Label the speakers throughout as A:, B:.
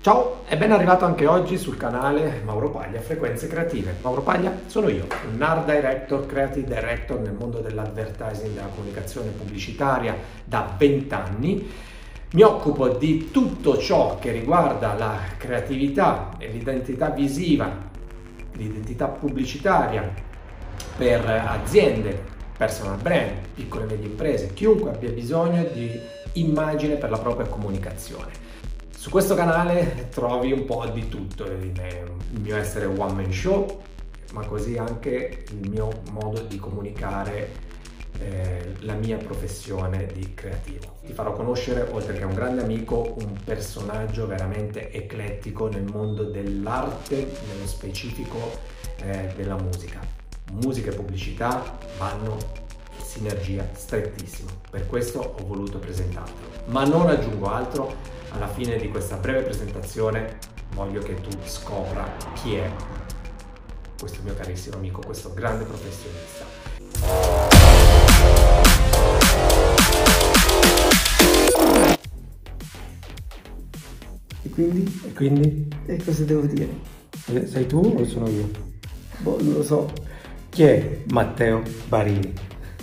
A: Ciao e ben arrivato anche oggi sul canale Mauro Paglia Frequenze Creative. Mauro Paglia sono io, un art director, creative director nel mondo dell'advertising, della comunicazione pubblicitaria da 20 anni. Mi occupo di tutto ciò che riguarda la creatività e l'identità visiva, l'identità pubblicitaria per aziende, personal brand, piccole e medie imprese, chiunque abbia bisogno di immagine per la propria comunicazione. Su questo canale trovi un po' di tutto, il mio essere one man show, ma così anche il mio modo di comunicare la mia professione di creativo. Ti farò conoscere, oltre che un grande amico, un personaggio veramente eclettico nel mondo dell'arte, nello specifico della musica. Musica e pubblicità vanno in sinergia strettissima, per questo ho voluto presentartelo. Ma non aggiungo altro. Alla fine di questa breve presentazione voglio che tu scopra chi è questo mio carissimo amico, questo grande professionista.
B: E quindi?
A: E quindi?
B: E cosa devo dire?
A: Sei tu o sono io?
B: Boh, non lo so.
A: Chi è Matteo Barini?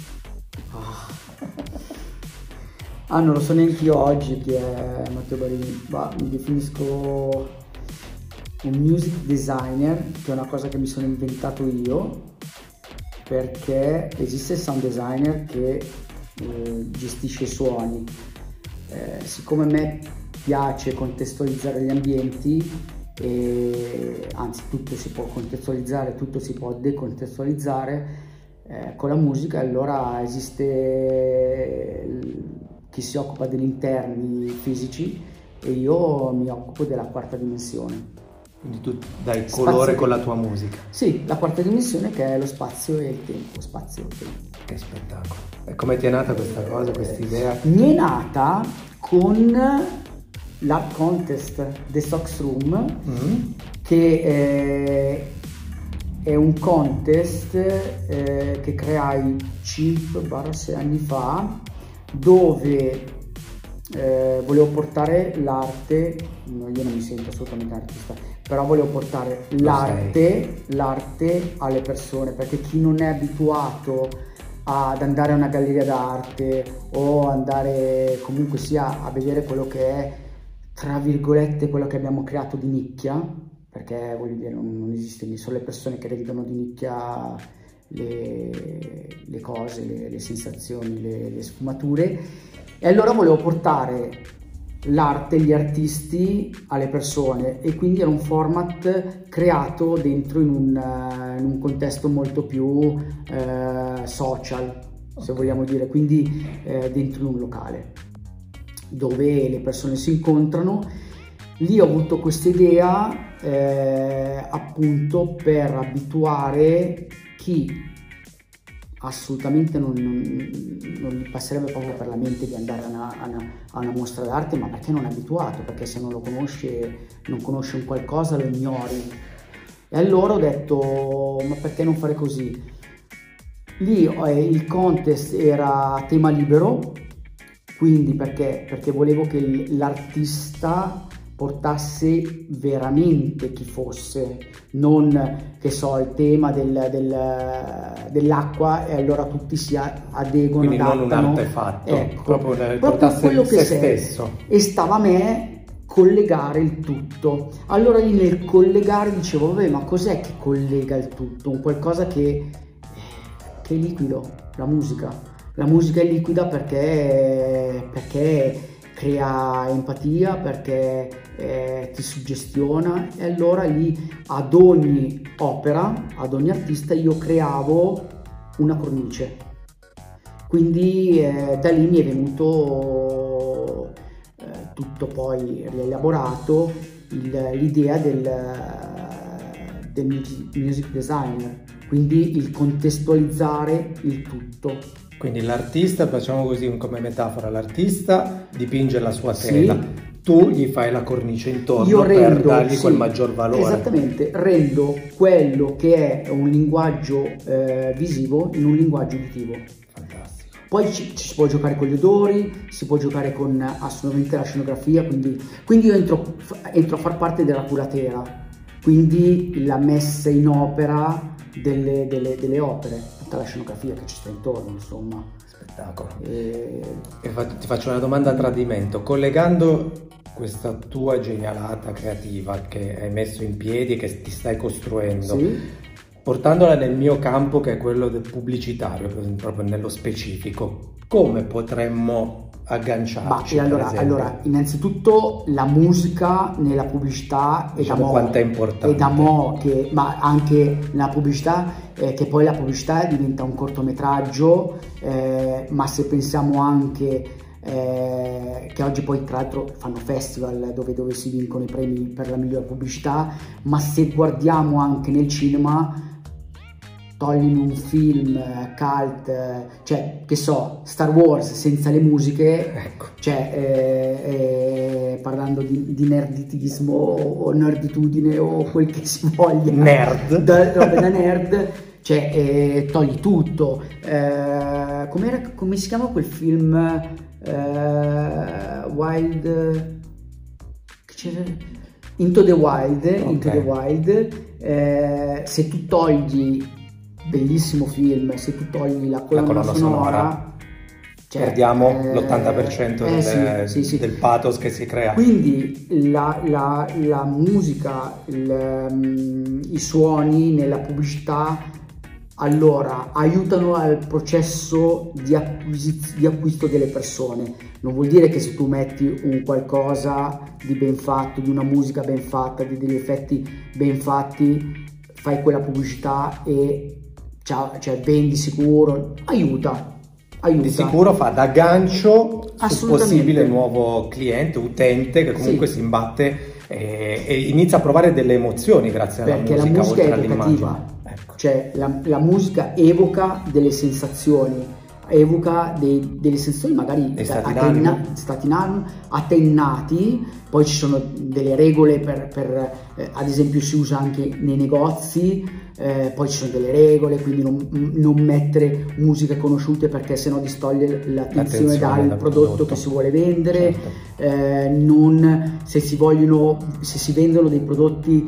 B: Non lo so neanche io oggi chi è Matteo Barini, ma mi definisco un music designer, che è una cosa che mi sono inventato io, perché esiste il sound designer che gestisce i suoni. Siccome a me piace contestualizzare gli ambienti, anzi tutto si può contestualizzare, tutto si può decontestualizzare con la musica, allora esiste chi si occupa degli interni fisici e io mi occupo della quarta dimensione.
A: Quindi tu dai colore con la tua musica.
B: Sì, la quarta dimensione che è lo spazio e il tempo. Spazio e tempo.
A: Che spettacolo. E come ti è nata questa cosa, questa idea?
B: Mi è nata con l'Art Contest The Sox Room, che è un contest che creai 5-6 anni fa, dove volevo portare l'arte, io non mi sento assolutamente artista, però volevo portare l'arte alle persone, perché chi non è abituato ad andare a una galleria d'arte o andare comunque sia a vedere quello che è, tra virgolette, quello che abbiamo creato di nicchia, perché voglio dire non esiste, solo le persone che rendono di nicchia le cose, le sensazioni, le sfumature, e allora volevo portare l'arte, gli artisti alle persone, e quindi era un format creato dentro in un contesto molto più social, se vogliamo dire, quindi dentro in un locale dove le persone si incontrano. Lì ho avuto questa idea appunto per abituare chi assolutamente non gli passerebbe proprio per la mente di andare a una mostra d'arte, ma perché non è abituato, perché se non lo conosce, non conosce un qualcosa, lo ignori. E allora ho detto, ma perché non fare così? Lì il contest era a tema libero, quindi perché volevo che l'artista portasse veramente chi fosse, non che so il tema dell'acqua e allora tutti si adeguano,
A: quindi
B: adattano.
A: Non un artefatto,
B: ecco,
A: proprio
B: quello che
A: se
B: sei.
A: stesso.
B: E stava a me collegare il tutto. Allora lì nel collegare dicevo, vabbè, ma cos'è che collega il tutto? Un qualcosa che è liquido, la musica. La musica è liquida perché crea empatia, perché ti suggestiona, e allora lì ad ogni opera, ad ogni artista io creavo una cornice. Quindi da lì mi è venuto tutto poi rielaborato, l'idea del music designer, quindi il contestualizzare il tutto.
A: Quindi l'artista, facciamo così come metafora, l'artista dipinge la sua tela, sì. Tu gli fai la cornice intorno per dargli quel maggior valore.
B: Esattamente, rendo quello che è un linguaggio visivo in un linguaggio uditivo.
A: Fantastico.
B: Poi ci si può giocare con gli odori, si può giocare con assolutamente la scenografia, quindi io entro a far parte della curatela, quindi la messa in opera delle opere, tutta la scenografia che ci sta intorno, insomma.
A: Spettacolo. Ti faccio una domanda a tradimento, collegando questa tua genialata creativa che hai messo in piedi e che ti stai costruendo, sì, portandola nel mio campo, che è quello del pubblicitario, proprio nello specifico, come potremmo agganciarci?
B: Allora, innanzitutto la musica nella pubblicità è
A: diciamo quanto è importante.
B: È da ma anche la pubblicità, che poi la pubblicità diventa un cortometraggio, ma se pensiamo anche che oggi poi tra l'altro fanno festival dove si vincono i premi per la migliore pubblicità, ma se guardiamo anche nel cinema, toglimi un film cult, cioè che so, Star Wars senza le musiche, ecco, cioè parlando di nerditismo o nerditudine o quel che si voglia, da nerd, cioè togli tutto. Come si chiama quel film Into the Wild, okay. Into the Wild, se tu togli, bellissimo film, se tu togli la colonna sonora,
A: cioè, perdiamo l'80% del pathos che si crea.
B: Quindi la musica, i suoni nella pubblicità, allora aiutano al processo di acquisto delle persone. Non vuol dire che se tu metti un qualcosa di ben fatto, di una musica ben fatta, di degli effetti ben fatti, fai quella pubblicità e cioè vendi sicuro, aiuta.
A: Di sicuro fa da gancio sul possibile nuovo cliente, utente che comunque si imbatte e inizia a provare delle emozioni grazie alla musica.
B: Perché la musica
A: oltre
B: è evocativa, cioè la musica evoca delle sensazioni, evoca delle sensazioni magari attennati. Poi ci sono delle regole per ad esempio si usa anche nei negozi, poi ci sono delle regole, quindi non mettere musiche conosciute perché sennò distoglie l'attenzione dal prodotto che si vuole vendere, certo. Se si vendono dei prodotti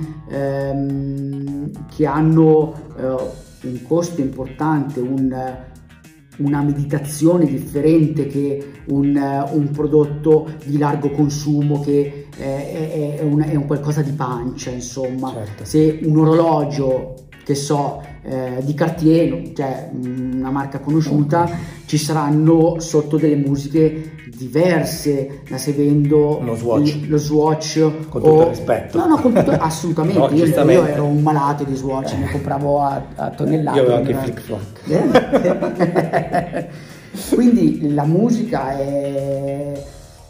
B: che hanno un costo importante, una meditazione differente che un prodotto di largo consumo che è un qualcosa di pancia, insomma. Certo. Se un orologio, che so, di Cartier, cioè una marca conosciuta, ci saranno sotto delle musiche diverse da se vendo lo Swatch
A: con tutto il rispetto.
B: Assolutamente. No, io ero un malato di Swatch, ne compravo a tonnellate.
A: Io avevo anche Flick-Flock.
B: Quindi la musica è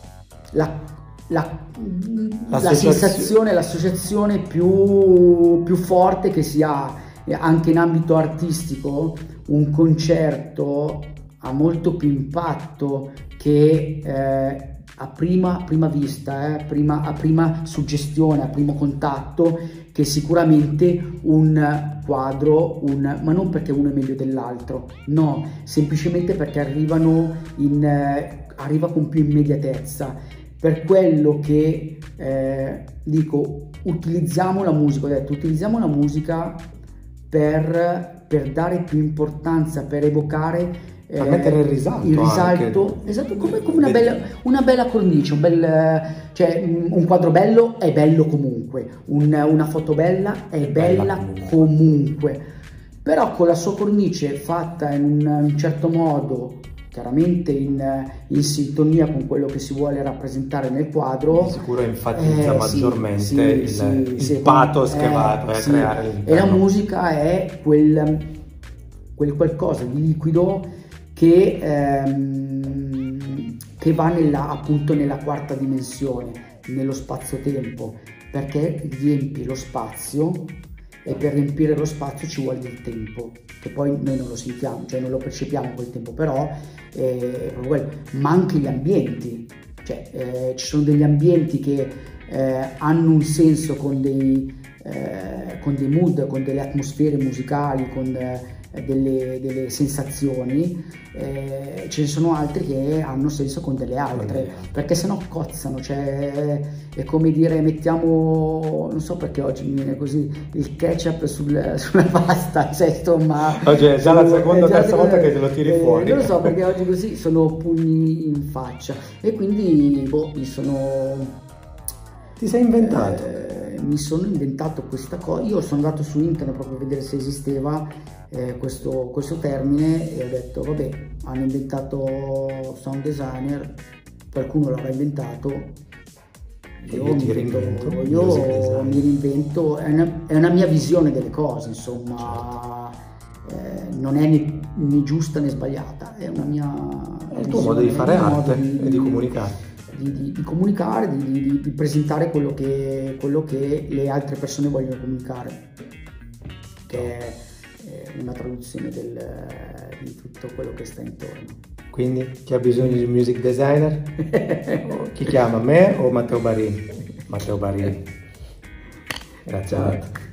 B: la sensazione, l'associazione più forte che si ha anche in ambito artistico. Un concerto ha molto più impatto che a prima vista, a prima suggestione, a primo contatto, che sicuramente un quadro, ma non perché uno è meglio dell'altro, no, semplicemente perché arriva con più immediatezza. Per quello che dico, utilizziamo la musica per dare più importanza, per evocare,
A: per mettere il risalto,
B: esatto, come una bella cornice, cioè un quadro bello è bello comunque, una foto bella è bella comunque, però con la sua cornice fatta in un certo modo, chiaramente in sintonia con quello che si vuole rappresentare nel quadro,
A: di sicuro enfatizza maggiormente il pathos che va a creare all'interno.
B: E la musica è quel qualcosa di liquido che va appunto nella quarta dimensione, nello spazio-tempo, perché riempi lo spazio, e per riempire lo spazio ci vuole del tempo, che poi noi non lo sentiamo, cioè non lo percepiamo quel tempo, però è proprio quello. Ma anche gli ambienti, cioè ci sono degli ambienti che hanno un senso con dei mood, con delle atmosfere musicali, con delle sensazioni, ce ne sono altri che hanno senso con delle altre, perché sennò cozzano, cioè è come dire mettiamo, non so perché oggi mi viene così, il ketchup sulla pasta, cioè insomma...
A: Oggi è già la seconda o terza volta che te lo tiri fuori.
B: Non lo so, perché oggi così sono pugni in faccia e quindi mi sono...
A: Ti sei inventato?
B: Mi sono inventato questa cosa, io sono andato su internet proprio a vedere se esisteva questo termine e ho detto vabbè, hanno inventato sound designer, qualcuno l'avrà inventato, io mi reinvento, è una mia visione delle cose, insomma, non è né giusta né sbagliata, è una mia...
A: È il tuo modo di fare arte e di comunicare.
B: Di comunicare, di presentare quello che le altre persone vogliono comunicare, che è una traduzione di tutto quello che sta intorno.
A: Quindi chi ha bisogno di un music designer? Chi chiama, me o Matteo Barini? Matteo Barini. Grazie.